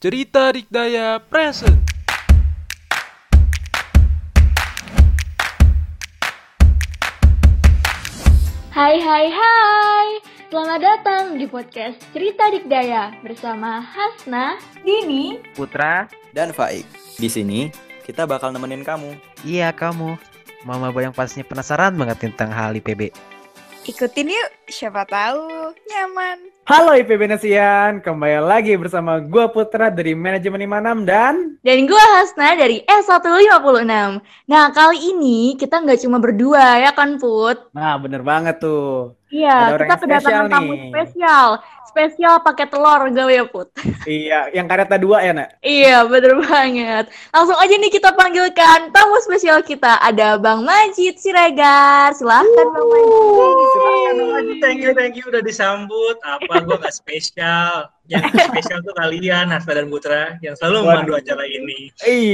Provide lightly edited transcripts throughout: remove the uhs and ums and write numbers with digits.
Cerita Dikdaya Present. Hai hai hai, selamat datang di podcast Cerita Dikdaya bersama Hasna, Dini, Putra. dan Faik. Di sini kita bakal nemenin kamu. Iya, kamu. Mama yang pastinya penasaran banget tentang hal IPB. Ikutin yuk, siapa tahu nyaman. Halo IPB Nasian, kembali lagi bersama gua Putra dari Manajemen 56 dan gue Hasna dari S156. Nah, kali ini kita nggak cuma berdua ya kan, Put? Nah, bener banget tuh. Iya, Ada orang kita yang spesial kedatangan tamu nih. spesial pakai telur gawe ya, Put. Iya, yang kareta 2 ya, Nak? Iya, bener banget. Langsung aja nih kita panggilkan tamu spesial kita. Ada Bang Majid Siregar. Silahkan Bang Majid. Silakan Bang Majid. Thank you udah disambut. Apa gue gak spesial? Yang spesial tuh kalian, Hasna dan Putra, yang selalu memandu acara ini.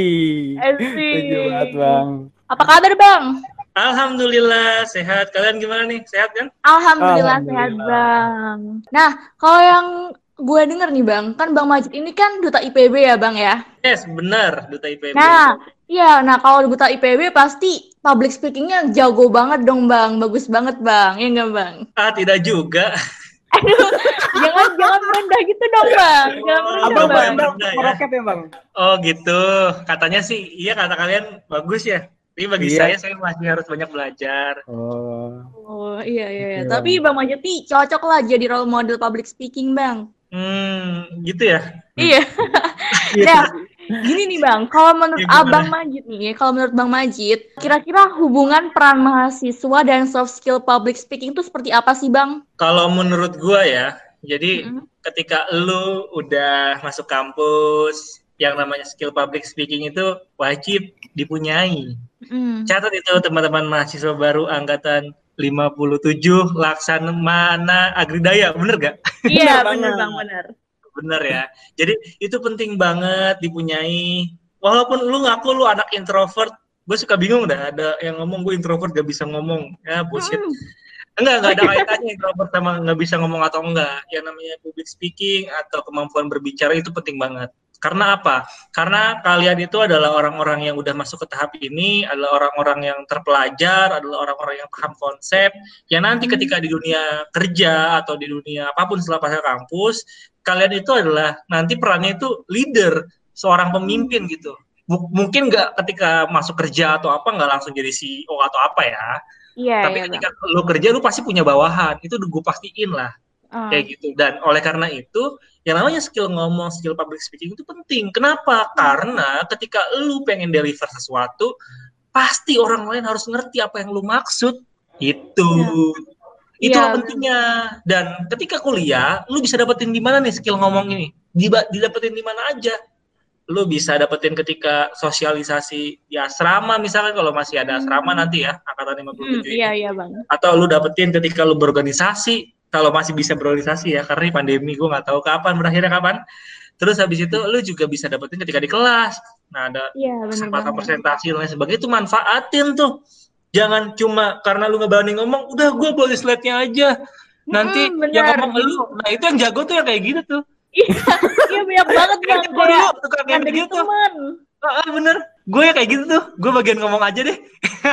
Asik. Setuju banget, Bang. Apa kabar, Bang? Alhamdulillah sehat. Kalian gimana nih? Sehat kan? Alhamdulillah sehat, Alhamdulillah. Bang. Nah, kalau yang gue denger nih, Bang, kan Bang Majid ini kan duta IPB ya, Bang ya? Yes, benar, Duta IPB. Nah, iya, kalau duta IPB pasti public speaking-nya jago banget dong, Bang. Bagus banget, Bang. Ya nggak, Bang? Tidak juga. Aduh, jangan merendah gitu dong, Bang. Jangan merendah, Abang Bang. Bang, meroket ya, Bang? Oh gitu. Katanya sih, iya kata kalian bagus ya. Tapi bagi Iya. saya masih harus banyak belajar. Oh. Oh, iya. Iya, Tapi Bang Majid nih cocok lah jadi role model public speaking, Bang. Gitu ya. Iya. Iya. Nah, gini nih Bang, kalau menurut Ya, gimana? Abang Majid nih, kalau menurut Bang Majid, kira-kira hubungan peran mahasiswa dan soft skill public speaking itu seperti apa sih, Bang? Kalau menurut gua ya, jadi Mm-mm. ketika lu udah masuk kampus, yang namanya skill public speaking itu wajib dipunyai. Mm. Catat itu teman-teman mahasiswa baru angkatan 57 Laksamana Agridaya, bener gak? Iya, Bener bener banget. Bang, bener. Bener ya. Jadi itu penting banget dipunyai. Walaupun lu ngaku lu anak introvert, gue suka bingung dah ada yang ngomong gue introvert gak bisa ngomong. Ya bullshit. Enggak ada kaitannya introvert sama nggak bisa ngomong atau enggak. Yang namanya public speaking atau kemampuan berbicara itu penting banget. Karena apa? Karena kalian itu adalah orang-orang yang udah masuk ke tahap ini, adalah orang-orang yang terpelajar, adalah orang-orang yang paham konsep, yang nanti ketika di dunia kerja atau di dunia apapun setelah pasca kampus, kalian itu adalah nanti perannya itu leader, seorang pemimpin gitu. Mungkin nggak ketika masuk kerja atau apa nggak langsung jadi CEO atau apa ya. Iya, Tapi iya, ketika lu kerja lu pasti punya bawahan, itu udah gue pastiin lah. Bang. Kayak gitu. Dan oleh karena itu, yang namanya skill ngomong, skill public speaking itu penting. Kenapa? Karena ketika lu pengen deliver sesuatu, pasti orang lain harus ngerti apa yang lu maksud. Itu. Itulah Iya. pentingnya. Dan ketika kuliah, lu bisa dapetin di mana nih skill ngomong ini? Didapetin di mana aja. Lu bisa dapetin ketika sosialisasi di asrama, misalnya kalau masih ada asrama nanti ya, angkatan 57 ini. Iya, Bang. Atau lu dapetin ketika lu berorganisasi, kalau masih bisa berorganisasi ya, karena ini pandemi gue nggak tahu kapan berakhirnya kapan. Terus habis itu lu juga bisa dapetin ketika di kelas. Nah, ada Iya, bener kesempatan banget. presentasi dan lain sebagainya, itu manfaatin tuh. Jangan cuma karena lu nggak berani ngomong, udah gue bawa slide-nya aja. Nanti bener. yang ngomong lu, nah itu yang jago tuh yang kayak gitu tuh. Iya, banyak banget Bang. Gue dulu tukang kayak Dari gitu. teman. Bener, gue ya kayak gitu tuh. Gue bagian ngomong aja deh.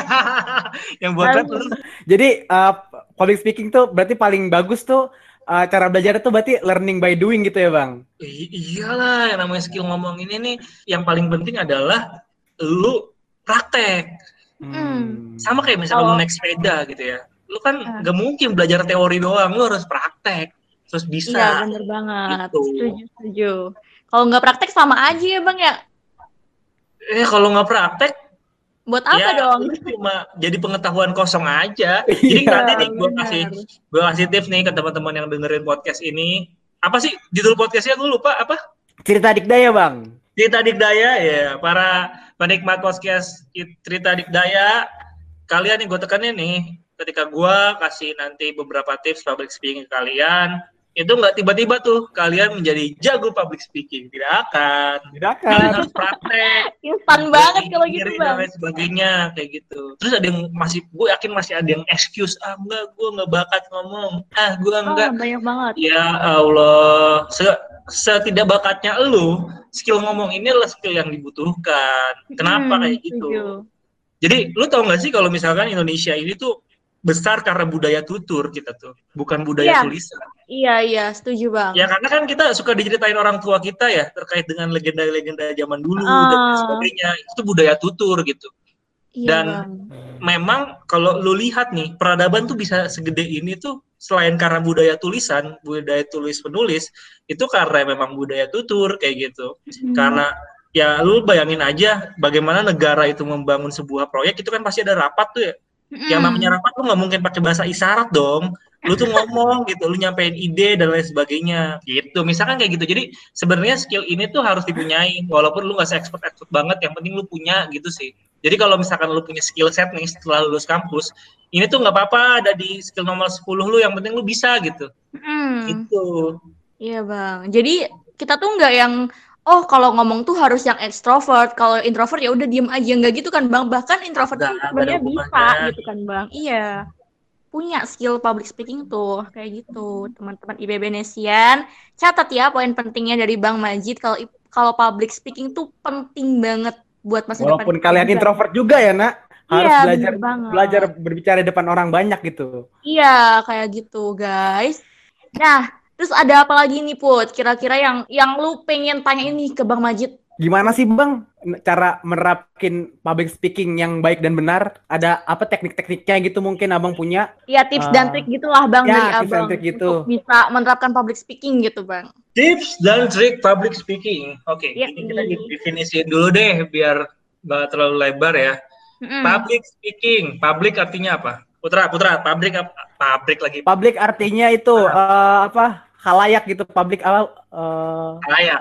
Yang buat Bagus. Jadi, public speaking tuh berarti paling bagus tuh cara belajar tuh berarti learning by doing gitu ya, Bang? Iyalah, yang namanya skill ngomong ini nih, yang paling penting adalah lu praktek. Sama kayak misalnya lu naik sepeda gitu ya. Lu kan gak mungkin belajar teori doang, lu harus praktek. Terus bisa. Iya, bener banget. Gitu. Setuju. Kalau nggak praktek sama aja ya, Bang ya. Kalau nggak praktek, Buat apa dong? itu cuma jadi pengetahuan kosong aja. Jadi nanti nih gue kasih tips nih ke teman-teman yang dengerin podcast ini. Apa sih judul podcastnya? Gue lupa apa? Cerita Dikdaya, Bang. Cerita Dikdaya ya, para penikmat podcast Cerita Dikdaya, kalian yang gue tekanin nih, ketika gue kasih nanti beberapa tips public speaking ke kalian, itu nggak tiba-tiba tuh kalian menjadi jago public speaking. Tidak akan. Kalian harus praktek. Instan banget kalau gitu, Diri Bang. dan lain sebagainya kayak gitu. Terus ada yang gue yakin masih ada yang excuse, gue nggak bakat ngomong, gue enggak. Banyak banget. Ya Allah, setidak bakatnya lu, skill ngomong ini adalah skill yang dibutuhkan. Kenapa kayak gitu? Setuju. Jadi lu tau gak sih kalau misalkan Indonesia ini tuh besar karena budaya tutur kita tuh, bukan budaya Iya. tulisan. Iya, setuju, Bang. Ya karena kan kita suka diceritain orang tua kita ya terkait dengan legenda-legenda zaman dulu dan lain sebagainya. Itu budaya tutur gitu. Iya, Dan Bang. memang kalau lu lihat nih, peradaban tuh bisa segede ini tuh selain karena budaya tulisan, budaya tulis penulis, itu karena memang budaya tutur kayak gitu. Karena ya lu bayangin aja bagaimana negara itu membangun sebuah proyek, itu kan pasti ada rapat tuh ya. Yang namanya rapat lu nggak mungkin pakai bahasa isyarat dong. Lu tuh ngomong gitu, lu nyampein ide dan lain sebagainya gitu. Misalkan kayak gitu. Jadi sebenarnya skill ini tuh harus dipunyai walaupun lu nggak se-expert banget, yang penting lu punya gitu sih. Jadi kalau misalkan lu punya skill set nih setelah lulus kampus, ini tuh nggak apa-apa ada di skill nomor 10 lu, yang penting lu bisa gitu. Gitu. Iya, Bang. Jadi kita tuh nggak yang kalau ngomong tuh harus yang extrovert, kalau introvert ya udah diem aja, nggak gitu kan, Bang. Bahkan introvert tuh sebenarnya bisa gitu kan, Bang. Iya. Punya skill public speaking tuh kayak gitu. Teman-teman IPB Nesian, catat ya poin pentingnya dari Bang Majid, kalau public speaking tuh penting banget buat masa depan. Walaupun kalian introvert juga ya, Nak, harus Iya, belajar berbicara di depan orang banyak gitu. Iya, kayak gitu, guys. Nah, terus ada apa lagi nih, Put? Kira-kira yang lu pengen tanya ini ke Bang Majid? Gimana sih, Bang, cara menerapkan public speaking yang baik dan benar? Ada apa teknik-tekniknya gitu mungkin Abang punya? Ya, tips dan trik gitulah, Bang, ya, dari tips dan Abang trik gitu. untuk bisa menerapkan public speaking gitu, Bang. Tips dan trik public speaking. Oke, Ya, ini kita definisiin dulu deh biar nggak terlalu lebar ya. Public speaking, public artinya apa? Putra, public lagi. Public artinya itu khalayak gitu, public Kayak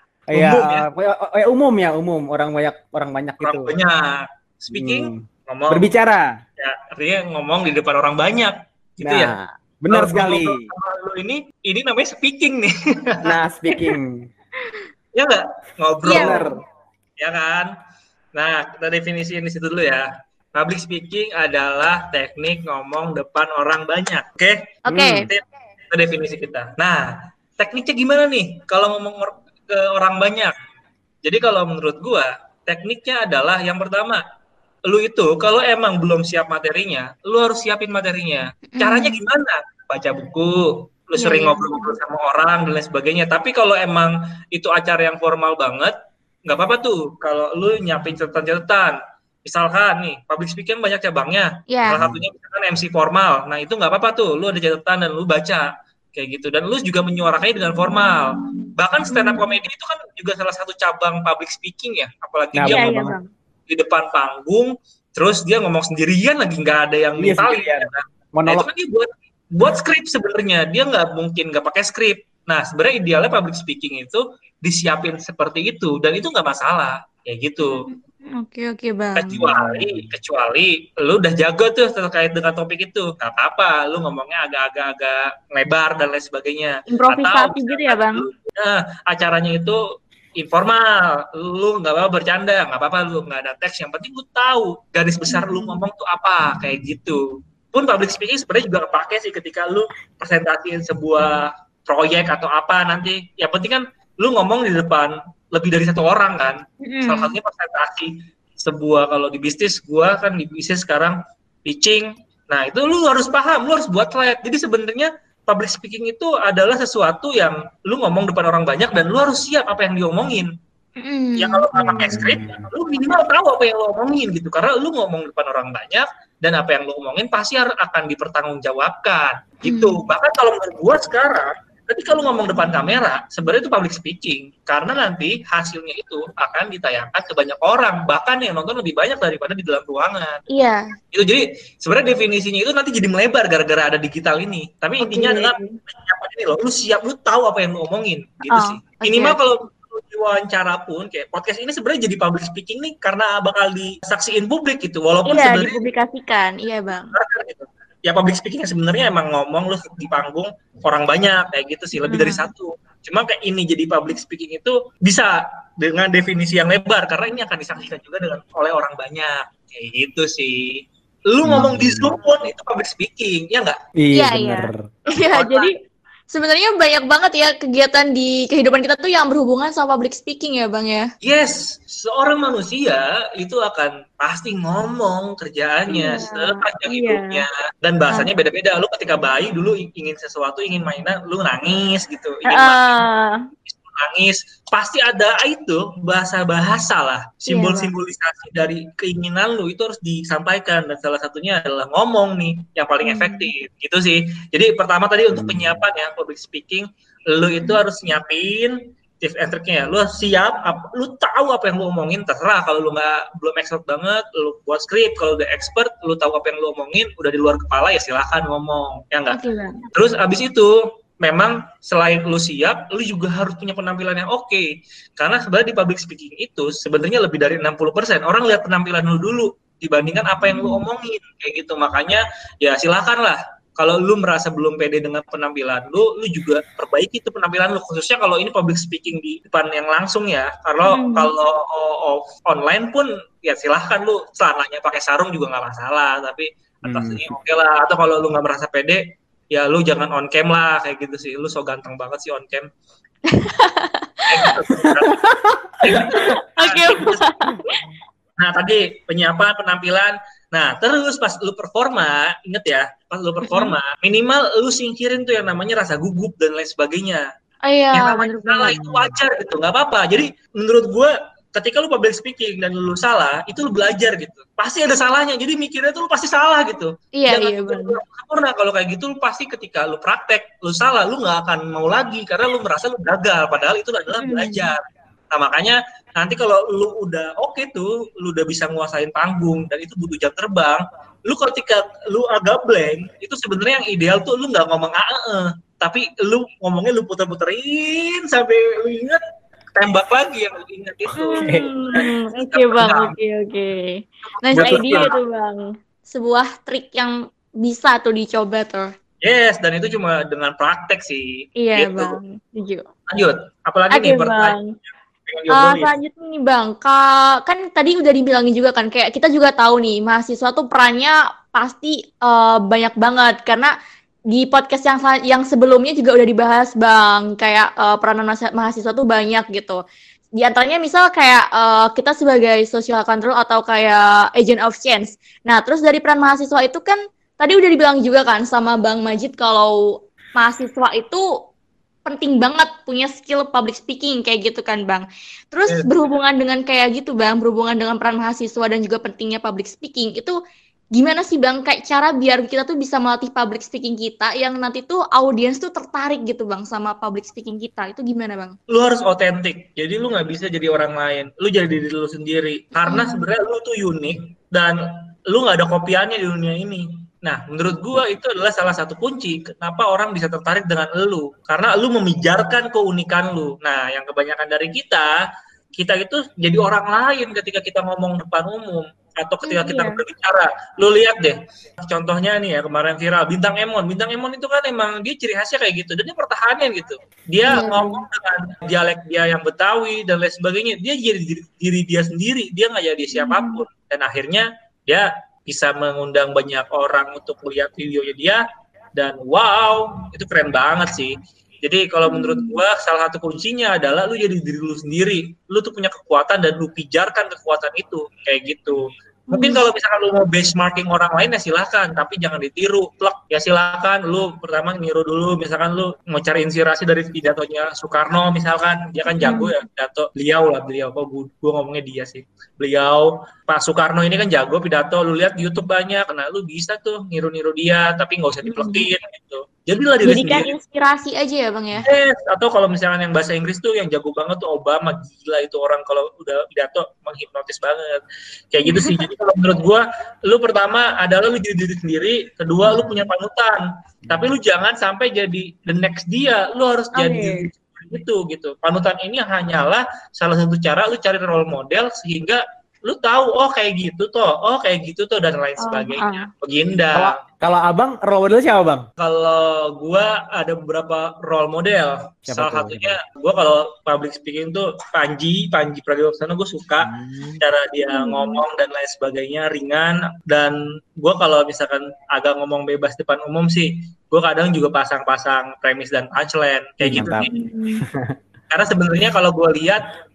umum ya, umum orang banyak gitu. orang banyak. Speaking, ngomong. Berbicara. Ya, artinya ngomong di depan orang banyak, gitu ya. Benar Kalau sekali. ngobrol sama lu ini namanya speaking nih. Nah, speaking. Ya nggak? Ngobrol. Benar. Ya kan? Nah, kita definisiin di situ dulu ya. Public speaking adalah teknik ngomong depan orang banyak. Oke? Oke. Itu definisi kita. Nah, tekniknya gimana nih kalau ngomong ke orang banyak? Jadi kalau menurut gua, tekniknya adalah yang pertama, lu itu kalau emang belum siap materinya, lu harus siapin materinya. Caranya gimana? Baca buku, lu sering ngobrol-ngobrol sama orang dan lain sebagainya. Tapi kalau emang itu acara yang formal banget, nggak apa-apa tuh kalau lu nyiapin catatan-catatan. Misalkan nih, public speaking banyak cabangnya. Salah satunya misalkan MC formal. Nah, itu nggak apa-apa tuh, lu ada catatan dan lu baca kayak gitu. Dan lu juga menyuarakannya dengan formal. Bahkan stand up comedy itu kan juga salah satu cabang public speaking ya, apalagi dia ngomong di depan panggung, terus dia ngomong sendirian lagi, nggak ada yang mintalin. Nah, itu kan dia buat skrip sebenarnya, dia nggak mungkin nggak pakai skrip. Nah, sebenarnya idealnya public speaking itu disiapin seperti itu, dan itu nggak masalah kayak gitu. Oke, Bang. Kecuali lu udah jago tuh terkait dengan topik itu, nggak apa-apa, lu ngomongnya agak-agak lebar dan lain sebagainya. Improvisasi gitu ya, Bang? Acaranya itu informal, lu nggak apa-apa bercanda, nggak apa-apa lu nggak ada teks, yang penting lu tahu garis besar lu ngomong tuh apa, kayak gitu. Pun public speaking sebenarnya juga kepake sih ketika lu presentasiin sebuah proyek atau apa nanti, yang penting kan lu ngomong di depan lebih dari satu orang kan. Salah satunya presentasi sebuah, kalau di bisnis, gua kan di bisnis sekarang pitching, nah itu lu harus paham, lu harus buat slide. Jadi sebenarnya public speaking itu adalah sesuatu yang lu ngomong depan orang banyak dan lu harus siap apa yang diomongin. Ya kalau nggak pakai skrip, lu minimal tahu apa yang lu omongin gitu, karena lu ngomong depan orang banyak dan apa yang lu omongin pasti akan dipertanggungjawabkan gitu. Bahkan kalau menurut gua sekarang, tapi kalau ngomong depan kamera, sebenarnya itu public speaking, karena nanti hasilnya itu akan ditayangkan ke banyak orang, bahkan yang nonton lebih banyak daripada di dalam ruangan. Iya. Itu jadi sebenarnya definisinya itu nanti jadi melebar gara-gara ada digital ini. Tapi intinya adalah ini loh, lu siap, lu tahu apa yang lu omongin, gitu sih. Minimal kalau diwawancara pun kayak podcast ini sebenarnya jadi public speaking nih karena bakal disaksiin publik gitu, walaupun sebenarnya dipublikasikan, iya Bang. Gitu. ya public speaking sebenarnya emang ngomong lu di panggung orang banyak kayak gitu sih, lebih dari satu. Cuma kayak ini jadi public speaking itu bisa dengan definisi yang lebar karena ini akan disaksikan juga oleh orang banyak kayak gitu sih. Lu ngomong di Zoom pun itu public speaking, ya nggak? Iya, bener. Iya, jadi sebenarnya banyak banget ya kegiatan di kehidupan kita tuh yang berhubungan sama public speaking ya, Bang ya. Yes, seorang manusia itu akan pasti ngomong kerjaannya sepanjang hidupnya dan bahasanya beda-beda. Lu ketika bayi dulu ingin sesuatu, ingin mainan, lu nangis gitu, ingin makan, nangis, pasti ada itu bahasa-bahasa lah, simbol-simbolisasi dari keinginan lu itu harus disampaikan dan salah satunya adalah ngomong nih yang paling efektif gitu sih. Jadi pertama tadi untuk penyiapan ya public speaking, lu itu harus nyiapin tips and triknya. Lu siap, lu tahu apa yang lu omongin, terserah kalau lu belum expert banget, lu buat skrip. Kalau udah expert, lu tahu apa yang lu omongin, udah di luar kepala ya silahkan ngomong, ya enggak? Terus abis itu memang selain lu siap, lu juga harus punya penampilan yang oke. Karena sebenarnya di public speaking itu sebenarnya lebih dari 60% orang lihat penampilan lu dulu dibandingkan apa yang lu omongin kayak gitu. Makanya ya silakan lah. Kalau lu merasa belum pede dengan penampilan lu juga perbaiki itu penampilan lu, khususnya kalau ini public speaking di depan yang langsung ya. Kalau online pun ya silahkan lu celananya pakai sarung juga nggak masalah, tapi atasnya oke lah. Atau kalau lu nggak merasa pede, ya lu jangan on cam lah kayak gitu sih. Lu so ganteng banget sih on cam. Nah tadi penyiapan penampilan. Nah terus pas lu performa, inget ya, pas lu performa minimal lu singkirin tuh yang namanya rasa gugup dan lain sebagainya. Yang namanya salah itu wajar gitu, nggak apa-apa. Jadi menurut gue ketika lu public speaking dan lu salah, itu lu belajar gitu. Pasti ada salahnya, jadi mikirnya tuh lu pasti salah gitu. Iya benar. Karena kalau kayak gitu lu pasti ketika lu praktek, lu salah, lu nggak akan mau lagi karena lu merasa lu gagal. Padahal itu adalah belajar. Nah makanya nanti kalau lu udah oke tuh, lu udah bisa nguasain panggung dan itu butuh jam terbang. Lu ketika lu agak blank, itu sebenarnya yang ideal tuh lu nggak ngomong tapi lu ngomongnya lu puter-puterin sampai lu ingat, tembak lagi yang lu ingat itu. Oke Bang, oke. Nice idea tuh Bang. Sebuah trik yang bisa tuh dicoba tuh. Yes, dan itu cuma dengan praktek sih. Iya gitu. Bang, setuju. Lanjut, apalagi nih Bang. Selanjutnya nih Bang, kan tadi udah dibilangin juga kan, kayak kita juga tahu nih mahasiswa tuh perannya pasti banyak banget karena di podcast yang sebelumnya juga udah dibahas Bang, kayak peranan mahasiswa tuh banyak gitu. Di antaranya misal kayak kita sebagai social control atau kayak agent of change. Nah terus dari peran mahasiswa itu kan tadi udah dibilang juga kan sama Bang Majid kalau mahasiswa itu penting banget punya skill public speaking kayak gitu kan Bang. Terus berhubungan dengan kayak gitu Bang, berhubungan dengan peran mahasiswa dan juga pentingnya public speaking, itu gimana sih Bang kayak cara biar kita tuh bisa melatih public speaking kita yang nanti tuh audiens tuh tertarik gitu Bang sama public speaking kita, itu gimana Bang? Lu harus otentik, jadi lu nggak bisa jadi orang lain, lu jadi diri lu sendiri. Karena sebenarnya lu tuh unik dan lu nggak ada kopiannya di dunia ini. Nah, menurut gua itu adalah salah satu kunci kenapa orang bisa tertarik dengan lu. Karena lu memijarkan keunikan lu. Nah, yang kebanyakan dari kita itu jadi orang lain ketika kita ngomong depan umum atau ketika kita berbicara. Lu lihat deh, contohnya nih ya kemarin viral Bintang Emon. Bintang Emon itu kan emang dia ciri khasnya kayak gitu dan dia pertahanin gitu. Dia ngomong dengan dialek dia yang Betawi dan lain sebagainya. Dia jadi diri dia sendiri, dia nggak jadi siapapun. Dan akhirnya dia bisa mengundang banyak orang untuk melihat videonya dia, dan wow, itu keren banget sih. Jadi kalau menurut gua salah satu kuncinya adalah lu jadi diri lu sendiri, lu tuh punya kekuatan dan lu pijarkan kekuatan itu, kayak gitu. Mungkin kalau misalkan lu mau benchmarking orang lain ya silakan, tapi jangan ditiru. Plek, ya silakan lu pertama niru dulu, misalkan lu mau cari inspirasi dari pidatonya Soekarno misalkan, dia kan jago ya pidato. Beliau kok gua ngomongnya dia sih. Beliau Pak Soekarno ini kan jago pidato, lu lihat di YouTube banyak, nah lu bisa tuh niru-niru dia, tapi nggak usah diplekin gitu. Jadilah diri Jadikan sendiri. inspirasi aja ya Bang ya. Yes, atau kalau misalkan yang bahasa Inggris tuh yang jago banget tuh Obama, gila itu orang kalau udah pidato menghipnotis banget. Kayak gitu sih. Jadi kalau menurut gua, lu pertama adalah lu jadi diri sendiri, kedua lu punya panutan. Tapi lu jangan sampai jadi the next dia, lu harus jadi itu gitu. Panutan ini hanyalah salah satu cara lu cari role model sehingga lu tahu kayak gitu tuh dan lain sebagainya. Beginda. Kalau abang role model siapa bang? Kalau gua ada beberapa role model. Siapa Salah tuh? satunya gua kalau public speaking tuh Panji Pragiwaksono, gue suka cara dia ngomong dan lain sebagainya, ringan. Dan gua kalau misalkan agak ngomong bebas depan umum sih, gua kadang juga pasang-pasang premis dan punchline kayak gitu Mantap. sih. Karena sebenarnya kalau gua lihat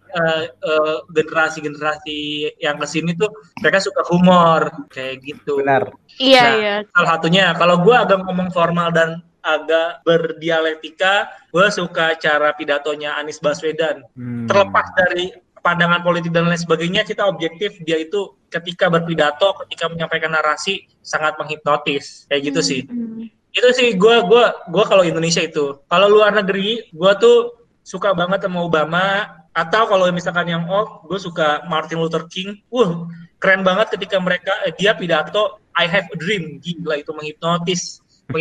generasi-generasi yang kesini tuh mereka suka humor kayak gitu. Benar. Iya, Nah, iya. salah satunya kalau gue agak ngomong formal dan agak berdialektika, gue suka cara pidatonya Anies Baswedan. Terlepas dari pandangan politik dan lain sebagainya, kita objektif, dia itu ketika berpidato, ketika menyampaikan narasi sangat menghipnotis kayak gitu sih. Itu sih gue kalau Indonesia itu. Kalau luar negeri, gue tuh suka banget sama Obama. Atau kalau misalkan yang gue suka Martin Luther King. Keren banget ketika dia pidato I have a dream. Gila, itu menghipnotis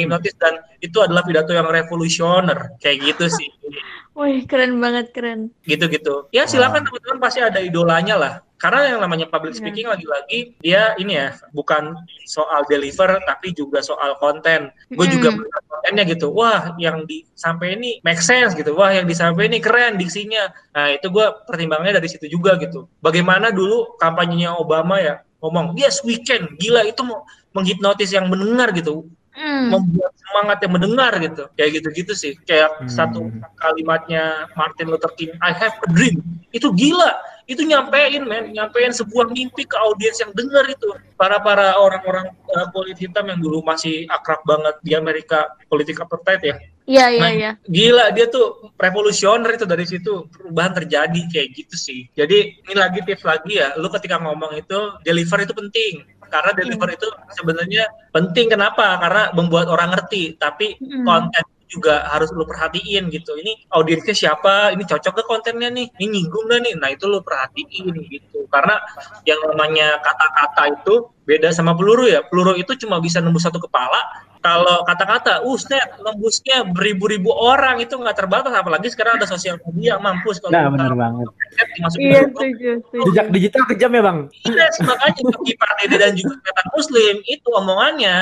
dan itu adalah pidato yang revolusioner kayak gitu sih. Wih, keren banget, keren. Gitu. Ya silakan teman-teman, pasti ada idolanya lah. Karena yang namanya public speaking lagi-lagi dia ini ya, bukan soal deliver tapi juga soal konten. Gue juga melihat kontennya gitu. Wah, yang disampaikan ini make sense gitu. Wah, yang disampaikan ini keren diksinya. Nah, itu gue pertimbangannya dari situ juga gitu. Bagaimana dulu kampanyenya Obama ya, ngomong yes we can. Gila, itu menghipnotis yang mendengar gitu. Membuat semangat yang mendengar gitu. Kayak gitu-gitu sih. Kayak satu kalimatnya Martin Luther King, I have a dream. Itu gila. Itu nyampein sebuah mimpi ke audiens yang dengar itu. Para orang-orang kulit hitam yang dulu masih akrab banget di Amerika, politik apartheid ya. Iya. Gila, dia tuh revolusioner itu, dari situ perubahan terjadi kayak gitu sih. Jadi ini lagi tips lagi ya, lu ketika ngomong itu deliver itu penting. Karena deliver itu sebenarnya penting, kenapa? Karena membuat orang ngerti, tapi konten juga harus lu perhatiin gitu. Ini audiensnya siapa? Ini cocok ke kontennya nih? Ini nyinggung gak nih? Nah, itu lu perhatiin gitu. Karena yang namanya kata-kata itu beda sama peluru ya. Peluru itu cuma bisa nembus satu kepala. Kalau kata-kata, snap, nembusnya beribu-ribu orang, itu nggak terbatas. Apalagi sekarang ada sosial media, mampus. Kalau benar banget. Iya, setuju. Jejak digital kejam ya bang? Iya, makanya bagi Pak Dede dan juga Ketan Muslim itu omongannya.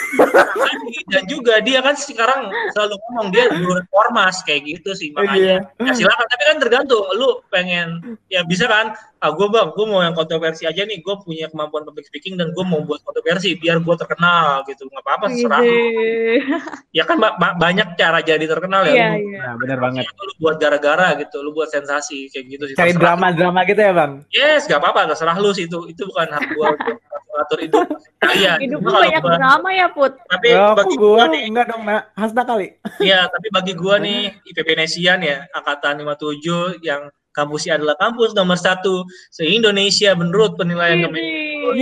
Dan juga dia kan sekarang selalu ngomong dia guru ormas kayak gitu sih, makanya. Ya silakan, tapi kan tergantung lu pengen, ya bisa kan, gue mau yang kontroversi aja nih, gue punya kemampuan public speaking dan gue mau buat kontroversi biar gue terkenal gitu, nggak apa-apa, serah. Ya kan banyak cara jadi terkenal ya. Iya, benar banget. Lu buat gara-gara gitu, lu buat sensasi kayak gitu sih. Cari drama-drama gitu ya bang? Yes, gak apa-apa, terserah lu sih, itu bukan hak gua untuk atur hidup kalian. Hidup lu banyak drama ya, Put. Tapi bagi gua nih, enggak dong, Hasna kali. Iya, tapi bagi gua nih IPB Nesian ya, angkatan 57 yang kampusnya adalah kampus nomor 1 se-Indonesia menurut penilaian Kementerian.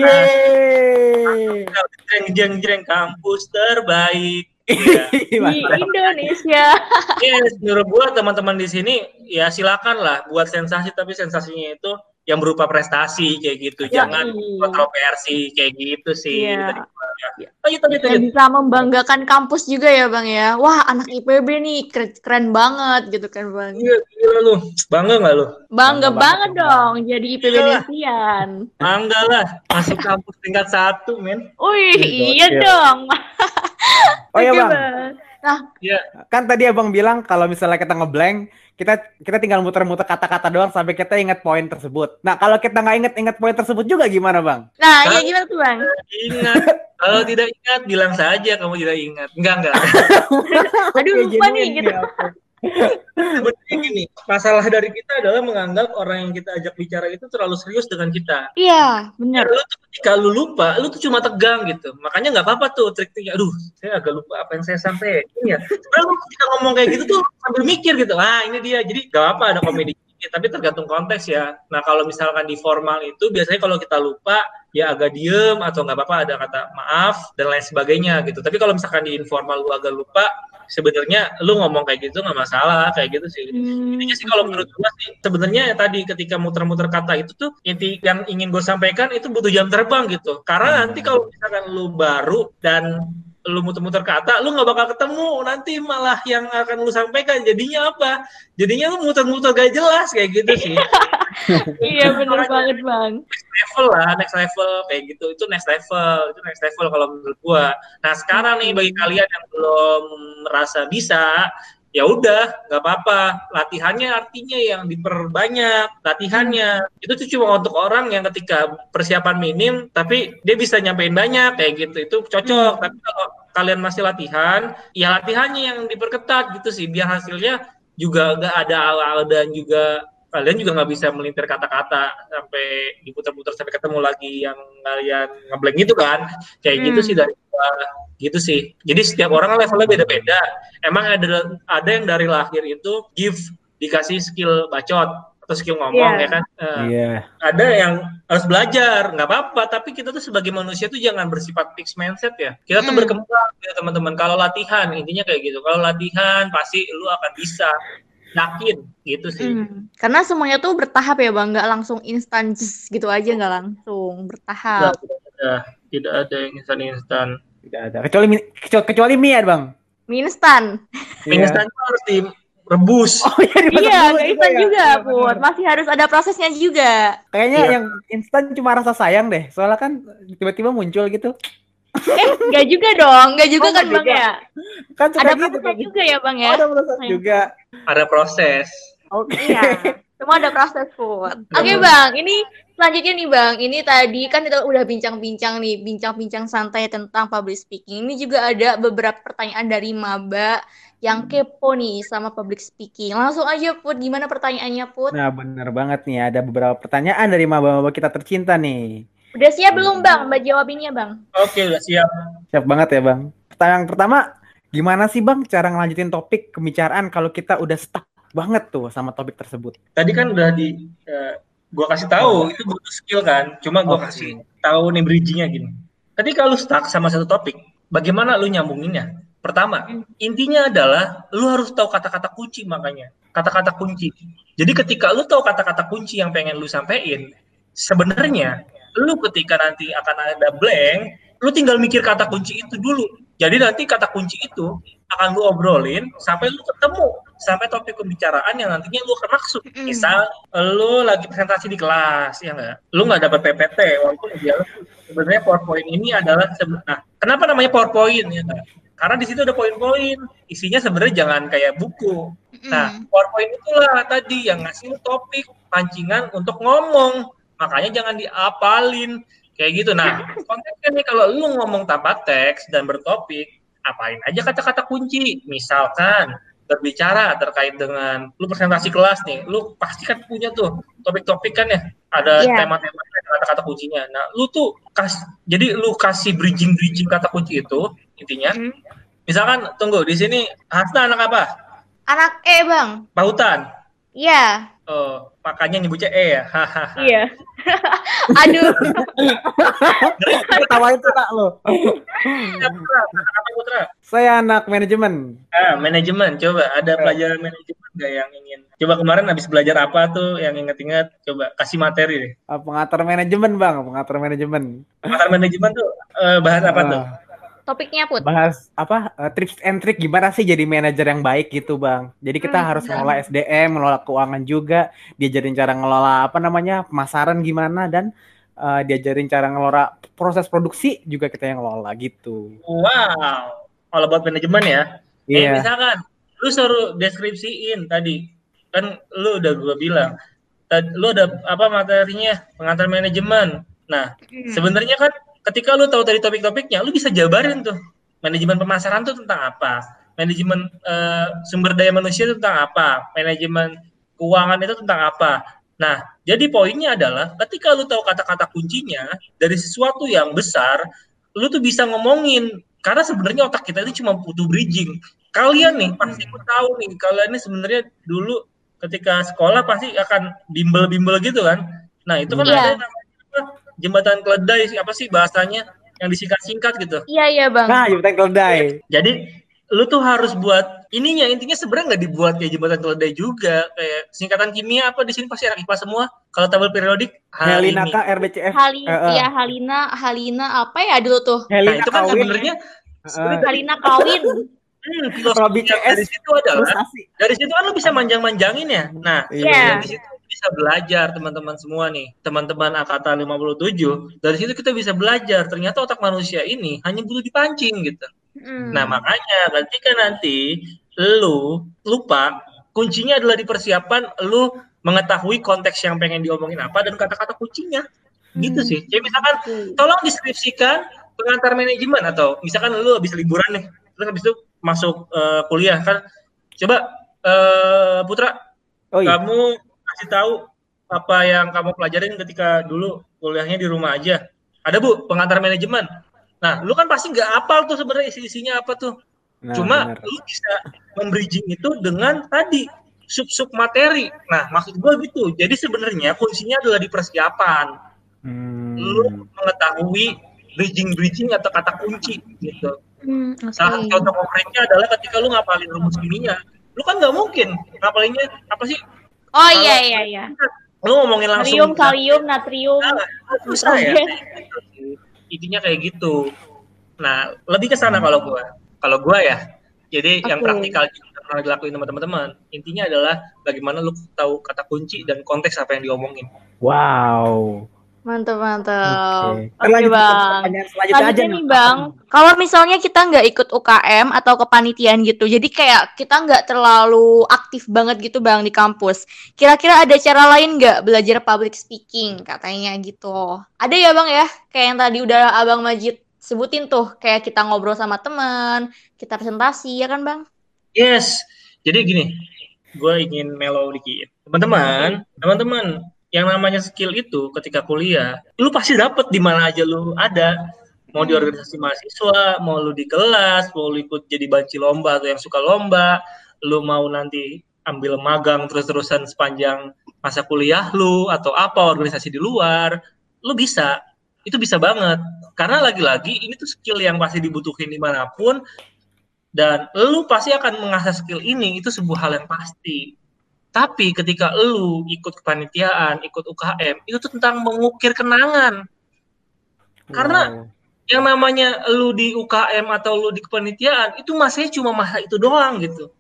Jeng kampus terbaik. Ya. Di Indonesia. Yes, menurut gua teman-teman di sini ya silakan lah buat sensasi, tapi sensasinya itu yang berupa prestasi kayak gitu. Jangan kontroversi kayak gitu sih. Iya. Lanjut. Bisa membanggakan kampus juga ya, Bang ya. Wah, anak IPB nih keren banget gitu kan, Bang. Iya, gila lu. Bangga nggak lu? Bangga banget dong jadi IPB Nesian. Bangga lah, masuk kampus tingkat 1, men. Wih, iya dong. Oh iya bang. Nah, kan tadi abang bilang kalau misalnya kita ngeblank, kita tinggal muter-muter kata-kata doang sampai kita ingat poin tersebut. Nah kalau kita nggak ingat poin tersebut juga gimana bang? Nah ya gimana tuh bang? Ingat. Kalau tidak ingat bilang saja kamu tidak ingat. Enggak. Aduh lupa nih gitu. Sebenarnya gini, masalah dari kita adalah menganggap orang yang kita ajak bicara itu terlalu serius dengan kita. Iya, benar. Lu tuh ketika lu lupa, lu tuh cuma tegang gitu. Makanya nggak apa-apa tuh trik-triknya. Aduh, saya agak lupa apa yang saya sampaikan ya. Sebenarnya lu ketika ngomong kayak gitu tuh sambil mikir gitu. Ini dia. Jadi nggak apa-apa ada komedi. Tapi tergantung konteks ya. Nah kalau misalkan di formal itu biasanya kalau kita lupa ya agak diem atau nggak apa-apa ada kata maaf dan lain sebagainya gitu. Tapi kalau misalkan di informal lu agak lupa, sebenarnya lu ngomong kayak gitu nggak masalah kayak gitu sih. Intinya sih kalau menurut gue sih sebenarnya tadi ketika muter-muter kata itu tuh inti yang ingin gue sampaikan itu butuh jam terbang gitu. Karena nanti kalau misalkan lu baru dan lu muter-muter kata, lu nggak bakal ketemu, nanti malah yang akan lu sampaikan jadinya apa? Jadinya lu muter-muter gak jelas kayak gitu sih. Iya benar banget bang. level lah, next level kayak gitu. Itu next level kalau menurut gua. Nah, sekarang nih bagi kalian yang belum merasa bisa, ya udah nggak apa-apa, latihannya artinya yang diperbanyak latihannya. Itu tuh cuma untuk orang yang ketika persiapan minim tapi dia bisa nyampein banyak kayak gitu, itu cocok. Tapi kalau kalian masih latihan, ya latihannya yang diperketat gitu sih, biar hasilnya juga nggak ada ala-ala, dan juga kalian juga nggak bisa melintir kata-kata sampai diputar-putar sampai ketemu lagi yang kalian ngeblank gitu kan, kayak gitu sih dari gua. Gitu sih. Jadi setiap orang levelnya beda-beda. Emang ada yang dari lahir itu dikasih skill bacot atau skill ngomong ya kan. Ada yang harus belajar, nggak apa-apa. Tapi kita tuh sebagai manusia tuh jangan bersifat fixed mindset ya. Kita tuh berkembang ya teman-teman. Kalau latihan intinya kayak gitu. Kalau latihan pasti lu akan bisa. Yakin gitu sih. Karena semuanya tuh bertahap ya Bang, nggak langsung instan gitu aja, nggak langsung bertahap. Tidak ada yang instan. Tidak ada. Kecuali mie ya, Bang. Mie instan. Mie instan itu harus direbus. Oh iya, nggak instan juga, Put. Masih harus ada prosesnya juga. Kayaknya yang instan cuma rasa sayang deh. Soalnya kan tiba-tiba muncul gitu. Nggak juga dong. Nggak juga kan, Bang ya? Kan ada prosesnya juga ya, Bang ya? Ada proses juga. Ada proses. Oke. Iya. Semua ada proses, Put. Oke, Bang. Ini selanjutnya nih Bang, ini tadi kan kita udah bincang-bincang santai tentang public speaking. Ini juga ada beberapa pertanyaan dari maba yang kepo nih sama public speaking. Langsung aja Put, gimana pertanyaannya Put? Nah bener banget nih, ada beberapa pertanyaan dari maba-maba kita tercinta nih. Udah siap belum Bang, Mbak jawabinnya Bang? Oke, udah siap. Siap banget ya Bang. Pertanyaan pertama, gimana sih Bang cara ngelanjutin topik pembicaraan kalau kita udah stuck banget tuh sama topik tersebut? Tadi kan udah gua kasih tahu itu butuh skill kan, cuma gua kasih tahu nih bridging-nya gini. Tadi kalau stuck sama satu topik, bagaimana lu nyambunginnya? Pertama, intinya adalah lu harus tahu kata-kata kunci, makanya kata-kata kunci. Jadi ketika lu tahu kata-kata kunci yang pengen lu sampein, sebenarnya lu ketika nanti akan ada blank, lu tinggal mikir kata kunci itu dulu. Jadi nanti kata kunci itu akan lu obrolin sampai lu ketemu sampai topik pembicaraan yang nantinya lu akan maksud. Misal lu lagi presentasi di kelas, ya nggak? Lu nggak dapat PPT, walaupun dia sebenarnya PowerPoint ini adalah kenapa namanya PowerPoint ya? Karena di situ ada poin-poin, isinya sebenarnya jangan kayak buku. Nah, PowerPoint itulah tadi yang ngasih topik pancingan untuk ngomong. Makanya jangan diapalin kayak gitu. Nah, konteksnya nih kalau lu ngomong tanpa teks dan bertopik, apain aja kata-kata kunci. Misalkan berbicara terkait dengan lu presentasi kelas nih, lu pasti kan punya tuh topik-topik kan ya, ada tema-tema kata-kata kuncinya. Nah, lu tuh jadi lu kasih bridging kata kunci itu intinya. Misalkan tunggu di sini Hasna anak apa? Anak E Bang. Pautan. Iya. Oh, makanya nyebutnya E ya. Iya. Aduh. Ketawain tuh tak lo. Putra. Saya anak manajemen. Manajemen. Coba ada pelajaran manajemen nggak yang ingin? Coba kemarin habis belajar apa tuh yang inget-inget? Coba kasih materi deh. Pengatur manajemen Bang, pengatur manajemen. Pengatur manajemen tuh bahas apa tuh? Topiknya Put. Bahas apa? Tips and trick gimana sih jadi manajer yang baik gitu Bang. Jadi kita harus ngelola SDM, ngelola keuangan juga, diajarin cara ngelola pemasaran gimana, dan diajarin cara ngelola proses produksi juga kita yang ngelola gitu. Wow, all about manajemen ya. Iya. Misalkan lu suruh deskripsiin tadi, kan lu udah gue bilang, lu ada apa materinya, pengantar manajemen. Nah, sebenarnya kan ketika lu tahu tadi topik-topiknya, lu bisa jabarin tuh. Manajemen pemasaran tuh tentang apa? Manajemen sumber daya manusia itu tentang apa? Manajemen keuangan itu tentang apa? Nah, jadi poinnya adalah ketika lu tahu kata-kata kuncinya dari sesuatu yang besar, lu tuh bisa ngomongin. Karena sebenarnya otak kita ini cuma butuh bridging. Kalian nih pasti tahu nih, kalian ini sebenarnya dulu ketika sekolah pasti akan bimbel-bimbel gitu kan. Nah, itu kan ada namanya jembatan keledai, apa sih bahasanya yang disingkat-singkat gitu. Iya Bang. Nah, jembatan keledai. Jadi lu tuh harus buat intinya sebenarnya nggak dibuat kayak jembatan keledai juga, kayak singkatan kimia apa di sini pasti anak IPA semua. Kalau tabel periodik Helina K RBCF. Halina apa ya dulu tuh? Helina itu kan sebenarnya Halina kawin. Filosofi dari situ adalah dari situ kan lu bisa manjang-manjangin ya. Nah, dari situ bisa belajar teman-teman semua nih, teman-teman Angkatan 57, dari situ kita bisa belajar ternyata otak manusia ini hanya butuh dipancing gitu. Nah, makanya ketika nanti lu lupa, kuncinya adalah di persiapan lu mengetahui konteks yang pengen diomongin apa dan kata-kata kuncinya. Gitu sih. Jadi misalkan tolong deskripsikan pengantar manajemen, atau misalkan lu habis liburan nih, terus habis itu masuk kuliah kan. Coba Putra, kamu kasih tahu apa yang kamu pelajarin ketika dulu kuliahnya di rumah aja. Ada Bu, pengantar manajemen. Nah, lu kan pasti nggak hafal tuh sebenarnya isinya apa tuh. Cuma lu bisa membridging itu dengan tadi sub-sub materi. Nah, maksud gue gitu. Jadi sebenarnya kuncinya adalah di persiapan. Lu mengetahui bridging atau kata kunci gitu. Salah satu contoh konkretnya adalah ketika lu ngapalin rumus kimia. Lu kan nggak mungkin ngapalinnya apa sih? Oh iya. Lu ngomongin langsung kalium, natrium. Susah ya. Intinya kayak gitu. Nah, lebih ke sana kalau gua ya. Jadi yang praktikal juga pernah dilakuin sama teman-teman. Intinya adalah bagaimana lu tahu kata kunci dan konteks apa yang diomongin. Wow. Mantap. Oke, Bang. Selanjutnya nih Bang, kalau misalnya kita nggak ikut UKM atau kepanitiaan gitu, jadi kayak kita nggak terlalu aktif banget gitu Bang di kampus. Kira-kira ada cara lain nggak belajar public speaking katanya gitu? Ada ya Bang ya? Kayak yang tadi udah Abang Majid sebutin tuh, kayak kita ngobrol sama teman, kita presentasi ya kan Bang? Yes. Jadi gini, gue ingin mellow dikit. Teman-teman, yang namanya skill itu ketika kuliah, lu pasti dapet di mana aja lu ada. Mau di organisasi mahasiswa, mau lu di kelas, mau lu ikut jadi banci lomba atau yang suka lomba, lu mau nanti ambil magang terus-terusan sepanjang masa kuliah lu, atau apa, organisasi di luar, lu bisa. Itu bisa banget. Karena lagi-lagi ini tuh skill yang pasti dibutuhin dimanapun, dan lu pasti akan mengasah skill ini, itu sebuah hal yang pasti. Tapi ketika lu ikut kepanitiaan, ikut UKM, itu tuh tentang mengukir kenangan. Karena yang namanya lu di UKM atau lu di kepanitiaan, itu masanya cuma masa itu doang gitu.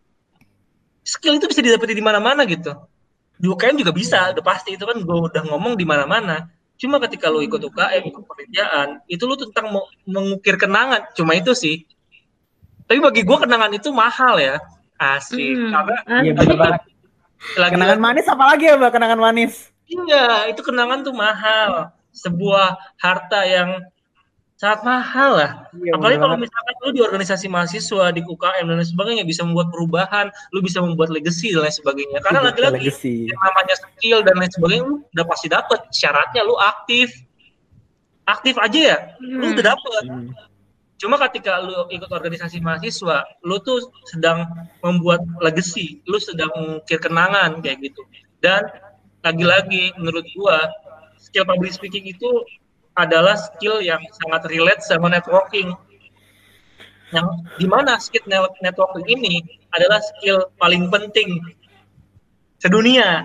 Skill itu bisa didapetin di mana-mana gitu. Di UKM juga bisa, udah pasti, itu kan gue udah ngomong di mana-mana. Cuma ketika lu ikut UKM, ikut kepanitiaan, itu lu tentang mengukir kenangan. Cuma itu sih. Tapi bagi gue kenangan itu mahal ya. Asik. Karena iya benar banget. Kenangan manis apalagi ya Mbak, kenangan manis? Iya, itu kenangan tuh mahal. Sebuah harta yang sangat mahal lah. Iya, apalagi kalau misalkan lu di organisasi mahasiswa, di UKM dan lain sebagainya, bisa membuat perubahan, lu bisa membuat legacy dan lain sebagainya. Karena lagi-lagi yang namanya skill dan lain sebagainya, lu udah pasti dapet. Syaratnya lu aktif. Aktif aja ya, lu udah dapet. Cuma ketika lu ikut organisasi mahasiswa, lu tuh sedang membuat legacy, lu sedang mengukir kenangan kayak gitu. Dan lagi-lagi menurut gua, skill public speaking itu adalah skill yang sangat relate sama networking. Yang dimana skill networking ini adalah skill paling penting sedunia.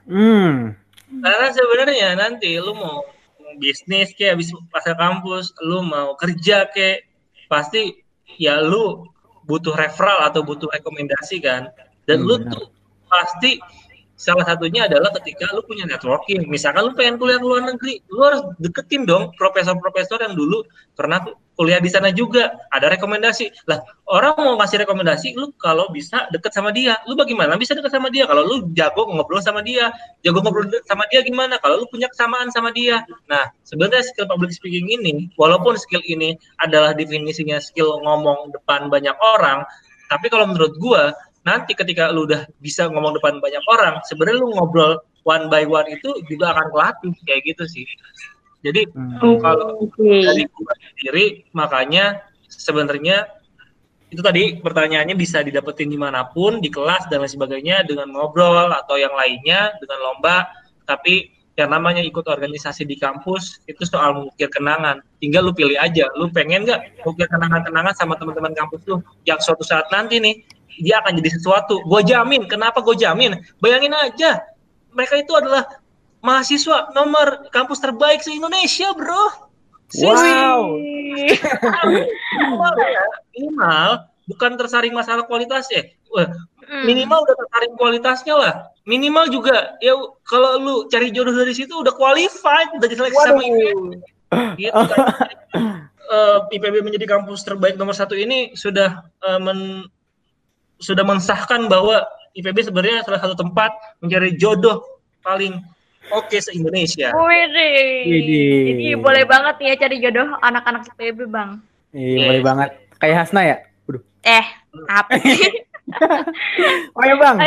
Karena sebenarnya nanti lu mau bisnis kayak habis pasar kampus, lu mau kerja kayak, pasti ya lu butuh referral atau butuh rekomendasi kan. Dan lu tuh pasti salah satunya adalah ketika lu punya networking. Misalkan lu pengen kuliah ke luar negeri, lu harus deketin dong profesor-profesor yang dulu pernah kuliah di sana juga. Ada rekomendasi. Lah, orang mau ngasih rekomendasi, lu kalau bisa deket sama dia. Lu bagaimana bisa deket sama dia? Kalau lu jago ngobrol sama dia. Jago ngobrol sama dia gimana? Kalau lu punya kesamaan sama dia. Nah, sebenarnya skill public speaking ini, walaupun skill ini adalah definisinya skill ngomong depan banyak orang, tapi kalau menurut gua, nanti ketika lu udah bisa ngomong depan banyak orang, sebenarnya lu ngobrol one by one itu juga akan kelatih kayak gitu sih. Jadi kalau dari gua sendiri, makanya sebenarnya itu tadi pertanyaannya bisa didapetin dimanapun, di kelas dan lain sebagainya, dengan ngobrol atau yang lainnya, dengan lomba. Tapi yang namanya ikut organisasi di kampus itu soal mengukir kenangan. Tinggal lu pilih aja, lu pengen nggak mengukir kenangan-kenangan sama teman-teman kampus lu yang suatu saat nanti nih dia akan jadi sesuatu. Gue jamin. Kenapa gue jamin? Bayangin aja, mereka itu adalah mahasiswa nomor kampus terbaik se-Indonesia, bro. Wow. Minimal bukan tersaring masalah kualitas ya. minimal udah tertarik kualitasnya lah. Minimal juga ya kalau lu cari jodoh dari situ udah qualified, udah diseleksi sama IPB. Gitu kan. IPB menjadi kampus terbaik nomor 1 ini sudah sudah mensahkan bahwa IPB sebenarnya salah satu tempat mencari jodoh paling oke se-Indonesia. Widih. Jadi boleh banget ya cari jodoh anak-anak IPB, Bang. Iya, boleh banget. Kayak Hasna ya? Waduh. Apa sih? Oh ya Bang.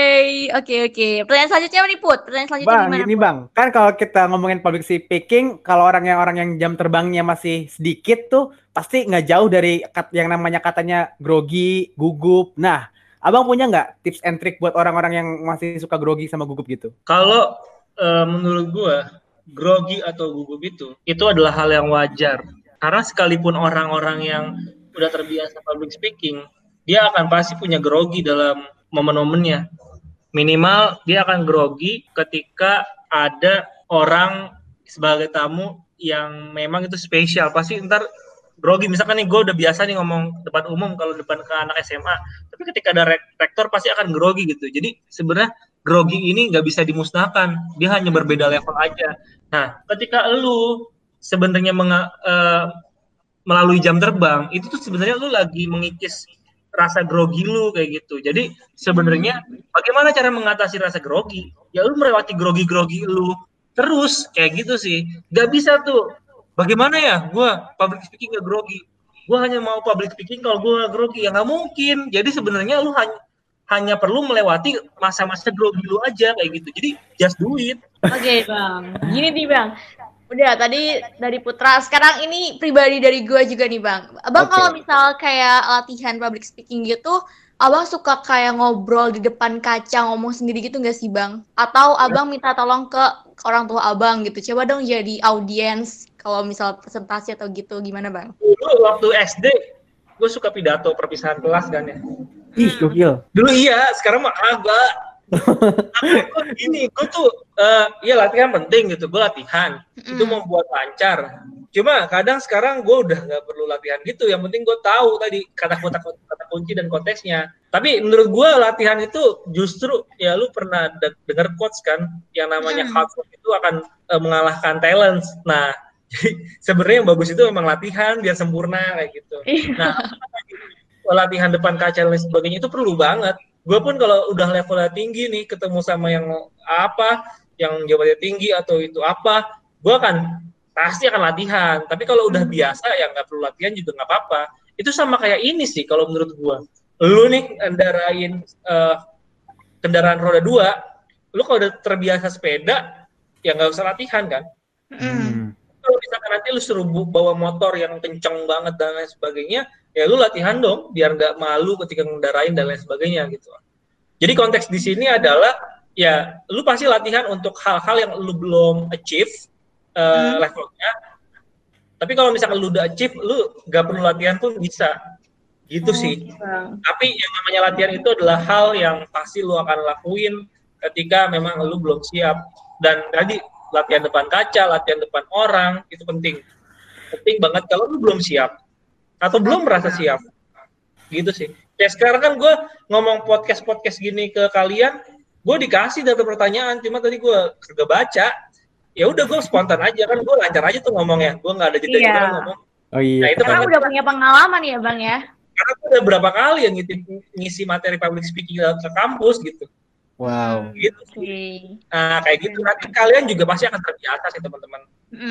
Oke. Pertanyaan selanjutnya nih Put. Pertanyaan selanjutnya Bang, gimana? ini Bang. Kan kalau kita ngomongin public speaking, kalau orang yang jam terbangnya masih sedikit tuh pasti nggak jauh dari yang namanya katanya grogi, gugup. Nah, Abang punya nggak tips and trick buat orang-orang yang masih suka grogi sama gugup gitu? Kalau menurut gua grogi atau gugup itu adalah hal yang wajar. Karena sekalipun orang-orang yang udah terbiasa public speaking, dia akan pasti punya grogi dalam momen-momennya. Minimal dia akan grogi ketika ada orang sebagai tamu yang memang itu spesial. Pasti ntar grogi. Misalkan nih gue udah biasa nih ngomong depan umum kalau depan ke anak SMA. Tapi ketika ada rektor pasti akan grogi gitu. Jadi sebenarnya grogi ini nggak bisa dimusnahkan. Dia hanya berbeda level aja. Nah, ketika lu sebenarnya melalui jam terbang, itu tuh sebenarnya lu lagi mengikis rasa grogi lu kayak gitu. Jadi sebenarnya bagaimana cara mengatasi rasa grogi? Ya lu melewati grogi-grogi lu terus kayak gitu sih. Gak bisa tuh. Bagaimana ya? Gua public speaking gak grogi. Gua hanya mau public speaking kalau gua gak grogi. Ya nggak mungkin. Jadi sebenarnya lu hanya perlu melewati masa-masa grogi lu aja kayak gitu. Jadi just do it. Oke, Bang. Gini nih, Bang. Udah, tadi dari Putra. Sekarang ini pribadi dari gue juga nih, Bang. Abang kalau misal kayak latihan public speaking gitu, Abang suka kayak ngobrol di depan kaca, ngomong sendiri gitu nggak sih, Bang? Atau Abang minta tolong ke orang tua Abang gitu? Coba dong jadi audiens kalau misal presentasi atau gitu. Gimana, Bang? Dulu waktu SD, gue suka pidato perpisahan kelas kan ya. Ih, gokil. Dulu iya, sekarang mah agak. Gue tuh ya latihan penting gitu, gue latihan itu membuat lancar. Cuma kadang sekarang gue udah nggak perlu latihan gitu, yang penting gue tahu tadi kata kunci dan konteksnya. Tapi menurut gue latihan itu justru ya lu pernah dengar quotes kan, yang namanya hard work itu akan mengalahkan talent. Nah jadi sebenarnya yang bagus itu memang latihan biar sempurna kayak gitu. Nah latihan depan kaca dan lain sebagainya itu perlu banget. Gue pun kalau udah levelnya tinggi nih, ketemu sama yang jabatannya tinggi atau itu apa, gue pasti akan latihan. Tapi kalau udah biasa ya nggak perlu latihan juga nggak apa-apa. Itu sama kayak ini sih kalau menurut gue. Lu nih kendarain kendaraan roda 2, lu kalau udah terbiasa sepeda, ya nggak usah latihan kan. Kalau misalkan nanti lu suruh bawa motor yang kenceng banget dan lain sebagainya, ya lu latihan dong biar nggak malu ketika ngendarain dan lain sebagainya gitu. Jadi konteks di sini adalah ya lu pasti latihan untuk hal-hal yang lu belum achieve levelnya. Tapi kalau misalkan lu udah achieve, lu nggak perlu latihan pun bisa. Gitu sih. Tapi yang namanya latihan itu adalah hal yang pasti lu akan lakuin ketika memang lu belum siap. Dan tadi latihan depan kaca, latihan depan orang itu penting. Penting banget kalau lu belum siap atau belum merasa siap. Gitu sih. Ya sekarang kan gue ngomong podcast gini ke kalian, gue dikasih data pertanyaan, cuma tadi gue kagak baca. Ya udah gue spontan aja kan, gue lancar aja tuh ngomongnya. Gue nggak ada jeda kan ngomong. Oh iya. Nah, itu kan udah punya pengalaman ya Bang ya. Karena gue udah berapa kali yang ngisi materi public speaking ke kampus gitu. Wow. Gitu sih. Nah kayak gitu nanti kalian juga pasti akan terbiasa sih teman-teman.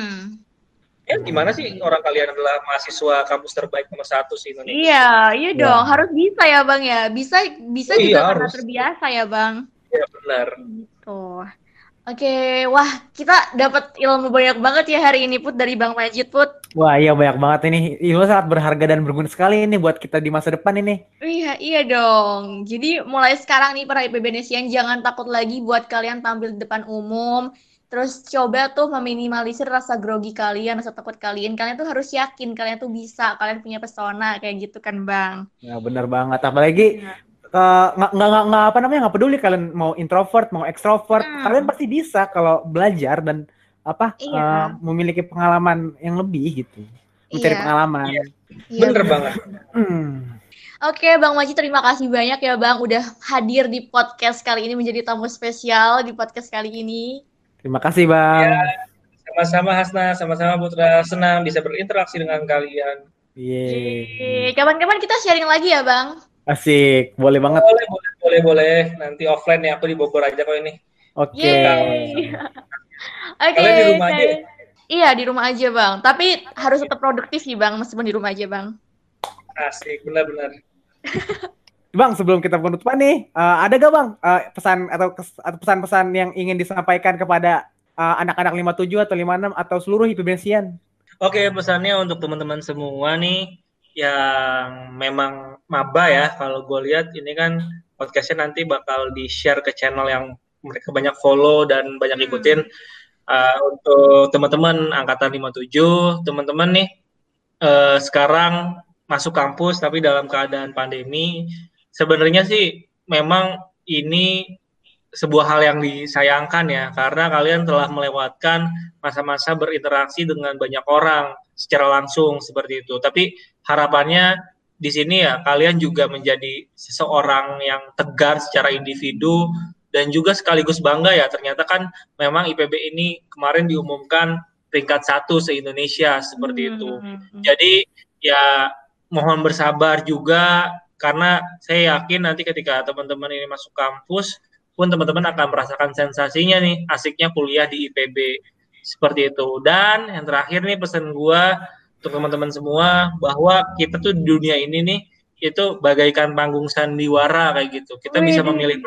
Ya gimana sih orang kalian adalah mahasiswa kampus terbaik nomor 1 sih Indonesia. Iya dong, harus bisa ya Bang ya. Bisa juga karena harus. terbiasa ya Bang. Iya benar. Gitu. Oke, wah kita dapat ilmu banyak banget ya hari ini Put dari Bang Majid Put. Wah iya banyak banget ini, ilmu sangat berharga dan berguna sekali ini buat kita di masa depan ini. Iya dong. Jadi mulai sekarang nih para IPB-Nesian jangan takut lagi buat kalian tampil di depan umum. Terus coba tuh meminimalisir rasa grogi kalian, rasa takut kalian. Kalian tuh harus yakin kalian tuh bisa, kalian punya pesona kayak gitu kan Bang. Ya benar banget, apalagi nggak peduli kalian mau introvert mau ekstrovert, kalian pasti bisa kalau belajar dan memiliki pengalaman yang lebih gitu, mencari pengalaman. Bener banget. Oke, Bang Majid, terima kasih banyak ya Bang udah hadir di podcast kali ini menjadi tamu spesial di podcast kali ini. Terima kasih Bang. Sama-sama Hasna, sama-sama Putra. Senang bisa berinteraksi dengan kalian. Yeay. Kapan-kapan kita sharing lagi ya Bang. Asik, boleh banget. Boleh. Nanti offline ya, aku di Bogor aja kok ini. Oke. Yeay. Oke. Kalian di rumah aja? Iya, di rumah aja Bang. Tapi harus tetap produktif sih Bang, meskipun di rumah aja Bang. Asik, benar-benar. Bang, sebelum kita penutupan nih, ada gak Bang pesan atau pesan-pesan yang ingin disampaikan kepada anak-anak 57 atau 56 atau seluruh IPB-Sian? Oke, pesannya untuk teman-teman semua nih yang memang maba ya. Kalau gue lihat ini kan podcastnya nanti bakal di-share ke channel yang mereka banyak follow dan banyak ikutin. Untuk teman-teman angkatan 57, teman-teman nih sekarang masuk kampus tapi dalam keadaan pandemi, sebenarnya sih memang ini sebuah hal yang disayangkan ya, karena kalian telah melewatkan masa-masa berinteraksi dengan banyak orang secara langsung seperti itu. Tapi harapannya di sini ya kalian juga menjadi seseorang yang tegar secara individu dan juga sekaligus bangga ya, ternyata kan memang IPB ini kemarin diumumkan peringkat 1 se-Indonesia seperti itu. Jadi ya mohon bersabar juga, karena saya yakin nanti ketika teman-teman ini masuk kampus pun teman-teman akan merasakan sensasinya nih, asiknya kuliah di IPB seperti itu. Dan yang terakhir nih pesan gua untuk teman-teman semua, bahwa kita tuh di dunia ini nih itu bagaikan panggung sandiwara kayak gitu. Kita bisa memilih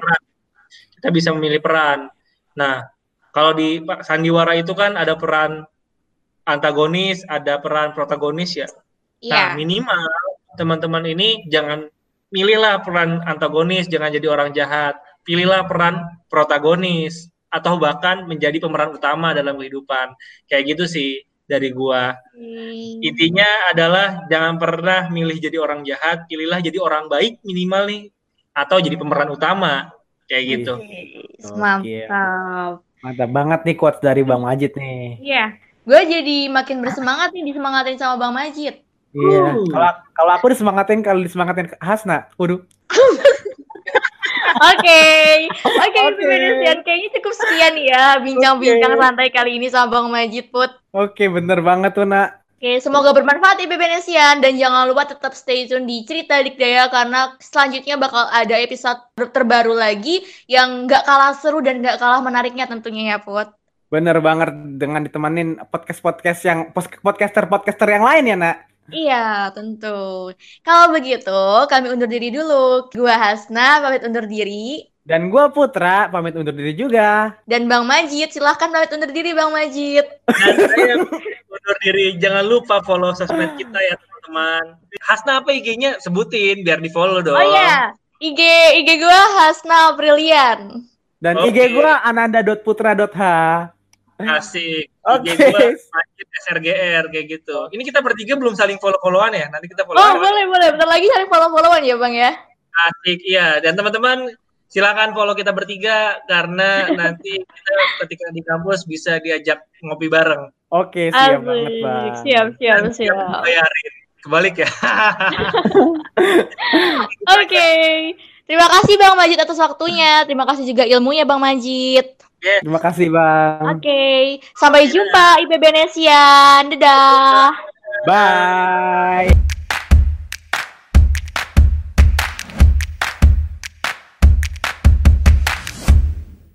peran. Nah, kalau di sandiwara itu kan ada peran antagonis, ada peran protagonis ya. Nah, minimal teman-teman ini jangan milihlah peran antagonis, jangan jadi orang jahat. Pilihlah peran protagonis atau bahkan menjadi pemeran utama dalam kehidupan. Kayak gitu sih dari gua. Intinya adalah jangan pernah milih jadi orang jahat, pilihlah jadi orang baik minimal nih, atau jadi pemeran utama. Kayak gitu. Mantap. Mantap banget nih quotes dari Bang Majid nih. Iya, gue jadi makin bersemangat nih disemangatin sama Bang Majid. Iya. Kalau aku disemangatin Hasna. Waduh. Oke, Benesian, kayaknya cukup sekian ya bincang-bincang santai kali ini sama Bang Majid, Put. Oke, bener banget tuh, Nak. Oke, semoga bermanfaat ya Benesian, dan jangan lupa tetap stay tune di Cerita Dikdaya karena selanjutnya bakal ada episode terbaru lagi yang nggak kalah seru dan nggak kalah menariknya tentunya ya, Put. Bener banget, dengan ditemenin podcaster yang lain ya, Nak. Iya, tentu. Kalau begitu, kami undur diri dulu. Gua Hasna, pamit undur diri. Dan gua Putra, pamit undur diri juga. Dan Bang Majid, silahkan pamit undur diri, Bang Majid. Dan saya undur diri. Jangan lupa follow sosmed kita ya, teman-teman. Hasna apa IG-nya? Sebutin, biar di-follow dong. Oh iya, IG gua Hasna Aprilian. Dan IG gua ananda.putra.h. Asik. Oke. IG gua Majid SRGR kayak gitu. Ini kita bertiga belum saling follow-followan ya. Nanti kita follow. Oh, boleh. Bentar lagi saling follow-followan ya, Bang ya. Asik, iya. Dan teman-teman silakan follow kita bertiga karena nanti kita ketika di kampus bisa diajak ngopi bareng. Oke, siap banget, Bang. Siap. Bayarin. Kebalik ya. Oke. Terima kasih Bang Majid atas waktunya. Terima kasih juga ilmunya Bang Majid. Terima kasih, Bang. Oke. Sampai jumpa IPB Benesian. Dadah. Bye.